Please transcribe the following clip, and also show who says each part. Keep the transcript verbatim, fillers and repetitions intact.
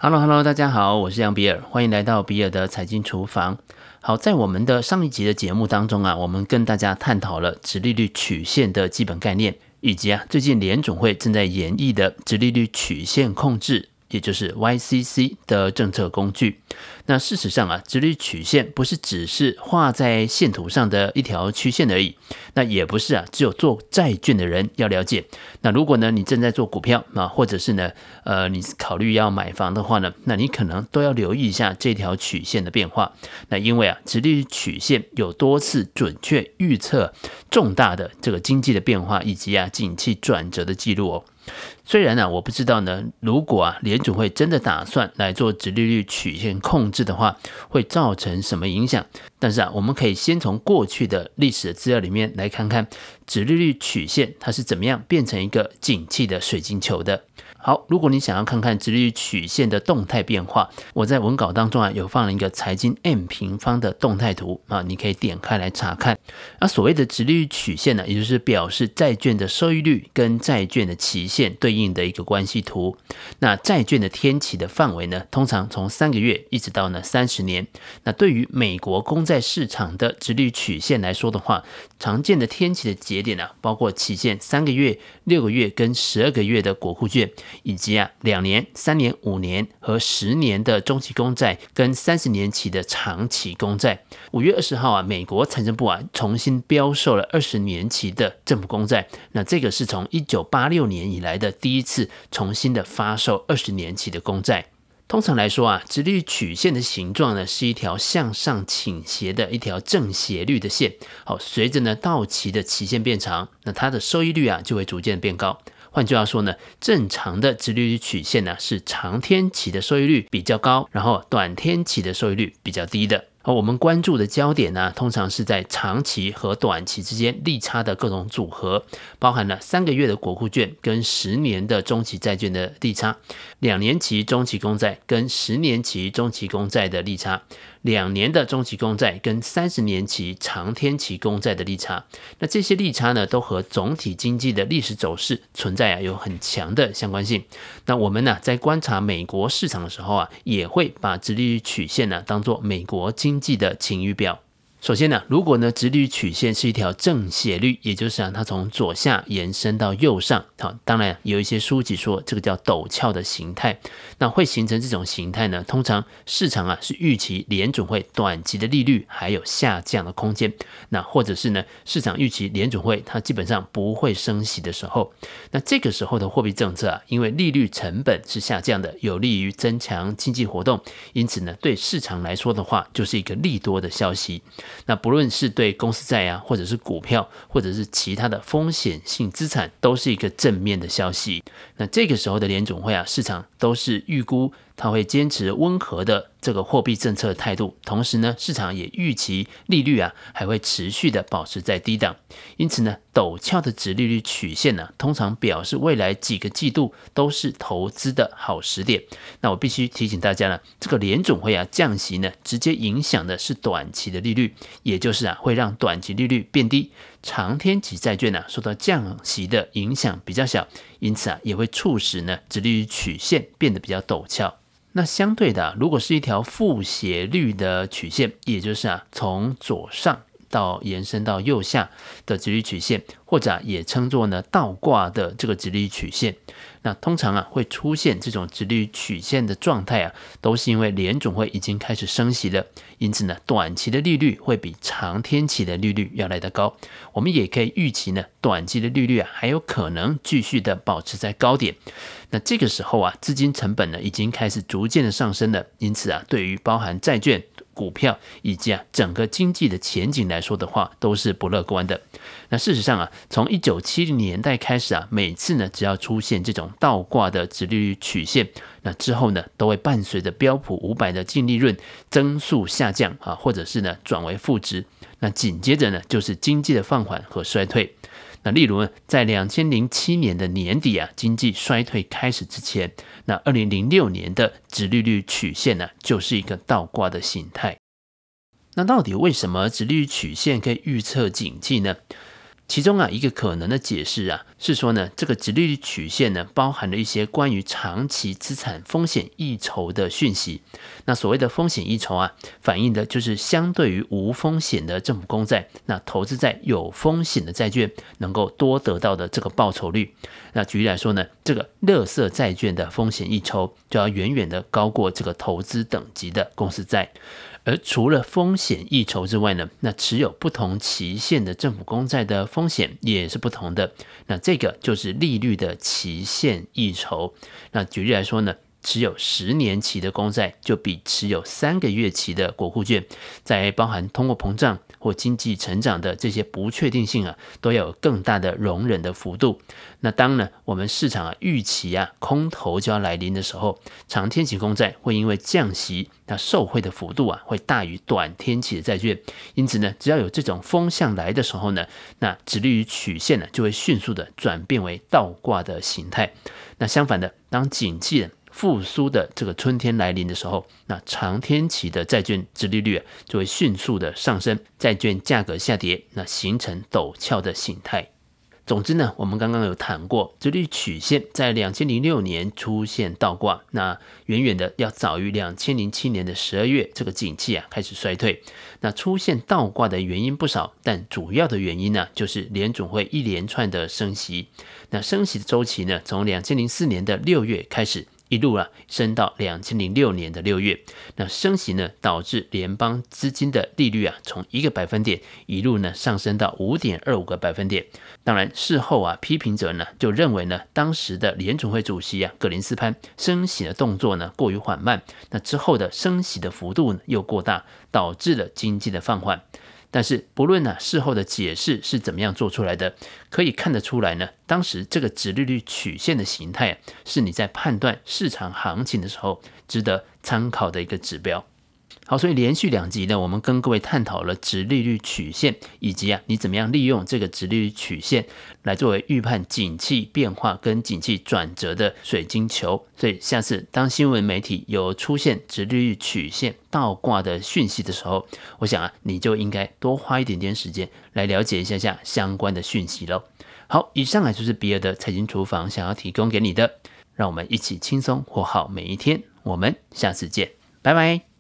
Speaker 1: Hello Hello，大家好，我是杨比尔，欢迎来到比尔的财经厨房。好，在我们的上一集的节目当中啊，我们跟大家探讨了殖利率曲线的基本概念，以及啊最近联准会正在研议的殖利率曲线控制，也就是 Y C C 的政策工具。那事实上啊，殖利率曲线不是只是画在线图上的一条曲线而已，那也不是啊只有做债券的人要了解。那如果呢你正在做股票啊，或者是呢呃你考虑要买房的话呢，那你可能都要留意一下这条曲线的变化。那因为啊殖利率曲线有多次准确预测重大的这个经济的变化以及啊景气转折的记录哦。虽然啊，我不知道呢，如果啊联准会真的打算来做殖利率曲线控制的话，会造成什么影响？但是啊，我们可以先从过去的历史的资料里面来看看殖利率曲线它是怎么样变成一个景气的水晶球的。好，如果你想要看看殖利率曲线的动态变化，我在文稿当中啊有放了一个财经 M 平方的动态图啊，你可以点开来查看。那所谓的殖利率曲线呢，也就是表示债券的收益率跟债券的期限对应的一个关系图。那债券的天期的范围呢，通常从三个月一直到呢三十年。那对于美国公债市场的殖利率曲线来说的话，常见的天期的节点啊，包括期限三个月、六个月跟十二个月的国库券，以及啊两年、三年、五年和十年的中期公债跟三十年期的长期公债。五月二十号啊，美国财政部啊重新标售了二十年期的政府公债，那这个是从一九八六年以来的第一次重新的发售二十年期的公债。通常来说啊，殖利率曲线的形状呢是一条向上倾斜的一条正斜率的线。好，随着呢到期的期限变长，那它的收益率啊就会逐渐变高。换句话说呢，正常的殖利率曲线呢是长天期的收益率比较高，然后短天期的收益率比较低的。而我们关注的焦点呢，通常是在长期和短期之间利差的各种组合，包含了三个月的国库券跟十年的中期债券的利差，两年期中期公债跟十年期中期公债的利差，两年的中期公债跟三十年期长天期公债的利差。那这些利差呢，都和总体经济的历史走势存在啊有很强的相关性。那我们呢、啊，在观察美国市场的时候啊，也会把殖利率曲线呢、啊、当作美国经济的晴雨表。首先呢，如果呢殖利率曲线是一条正斜率，也就是啊它从左下延伸到右上，好，当然有一些书籍说这个叫陡峭的形态。那会形成这种形态呢，通常市场啊是预期联准会短期的利率还有下降的空间，那或者是呢市场预期联准会它基本上不会升息的时候，那这个时候的货币政策啊，因为利率成本是下降的，有利于增强经济活动，因此呢对市场来说的话，就是一个利多的消息。那不论是对公司债啊，或者是股票，或者是其他的风险性资产，都是一个正面的消息。那这个时候的联准会啊，市场都是预估它会坚持温和的这个货币政策的态度，同时呢，市场也预期利率啊还会持续的保持在低档。因此呢，陡峭的殖利率曲线呢、啊，通常表示未来几个季度都是投资的好时点。那我必须提醒大家呢，这个联准会啊降息呢，直接影响的是短期的利率，也就是啊会让短期利率变低，长天期债券啊受到降息的影响比较小，因此啊也会促使呢殖利率曲线变得比较陡峭。那相对的、啊，如果是一条负斜率的曲线，也就是啊从左上到延伸到右下的殖利率曲线，或者、啊、也称作呢倒挂的这个殖利率曲线，那通常啊会出现这种殖利率曲线的状态啊，都是因为联准会已经开始升息了，因此呢短期的利率会比长天期的利率要来得高。我们也可以预期呢短期的利率啊还有可能继续的保持在高点。那这个时候啊资金成本呢已经开始逐渐的上升了，因此啊对于包含债券、股票以及啊整个经济的前景来说的话，都是不乐观的。那事实上啊，从一九七零年代开始啊，每次呢只要出现这种倒挂的殖利率曲线，那之后呢都会伴随着标普五百的净利润增速下降啊，或者是呢转为负值。那紧接着呢就是经济的放缓和衰退。那例如呢，在二零零七年的年底啊，经济衰退开始之前，那二零零六年的殖利率曲线呢，就是一个倒挂的形态。那到底为什么殖利率曲线可以预测景气呢？ 其中啊，一个可能的解释啊，是说呢，这个殖利率曲线呢，包含了一些关于长期资产风险溢酬的讯息。那所谓的风险溢酬啊，反映的就是相对于无风险的政府公债，那投资在有风险的债券能够多得到的这个报酬率。那举例来说呢，这个垃圾债券的风险溢酬就要远远的高过这个投资等级的公司债。而除了风险溢酬之外呢，那持有不同期限的政府公债的风险也是不同的。那这个就是利率的期限溢酬。那举例来说呢，持有十年期的公债就比持有三个月期的国库券，在包含通货膨胀或经济成长的这些不确定性啊，都要有更大的容忍的幅度。那当呢，我们市场啊预期啊空头就要来临的时候，长天期公债会因为降息，那受惠的幅度啊会大于短天期的债券。因此呢，只要有这种风向来的时候呢，那殖利率曲线呢就会迅速的转变为倒挂的形态。那相反的，当景气呢复苏的这个春天来临的时候，那长天期的债券殖利率、啊、就会迅速的上升，债券价格下跌，那形成陡峭的形态。总之呢，我们刚刚有谈过，殖利率曲线在二零零六年出现倒挂，那远远的要早于二零零七年的十二月，这个景气啊开始衰退。那出现倒挂的原因不少，但主要的原因呢，就是联准会一连串的升息。那升息的周期呢，从二零零四年的六月开始，一路啊升到二零零六年的六月。那升息呢，导致联邦资金的利率啊从一个百分点一路呢上升到 五点二五个百分点。当然事后啊，批评者呢就认为呢，当时的联准会主席啊格林斯潘升息的动作呢过于缓慢，那之后的升息的幅度呢又过大，导致了经济的放缓。但是不论啊事后的解释是怎么样做出来的，可以看得出来呢，当时这个殖利率曲线的形态、啊、是你在判断市场行情的时候值得参考的一个指标。好，所以连续两集呢，我们跟各位探讨了殖利率曲线，以及啊你怎么样利用这个殖利率曲线来作为预判景气变化跟景气转折的水晶球。所以下次当新闻媒体有出现殖利率曲线倒挂的讯息的时候，我想啊你就应该多花一点点时间来了解一下下相关的讯息咯。好，以上啊就是比尔的财经厨房想要提供给你的，让我们一起轻松活好每一天。我们下次见，拜拜。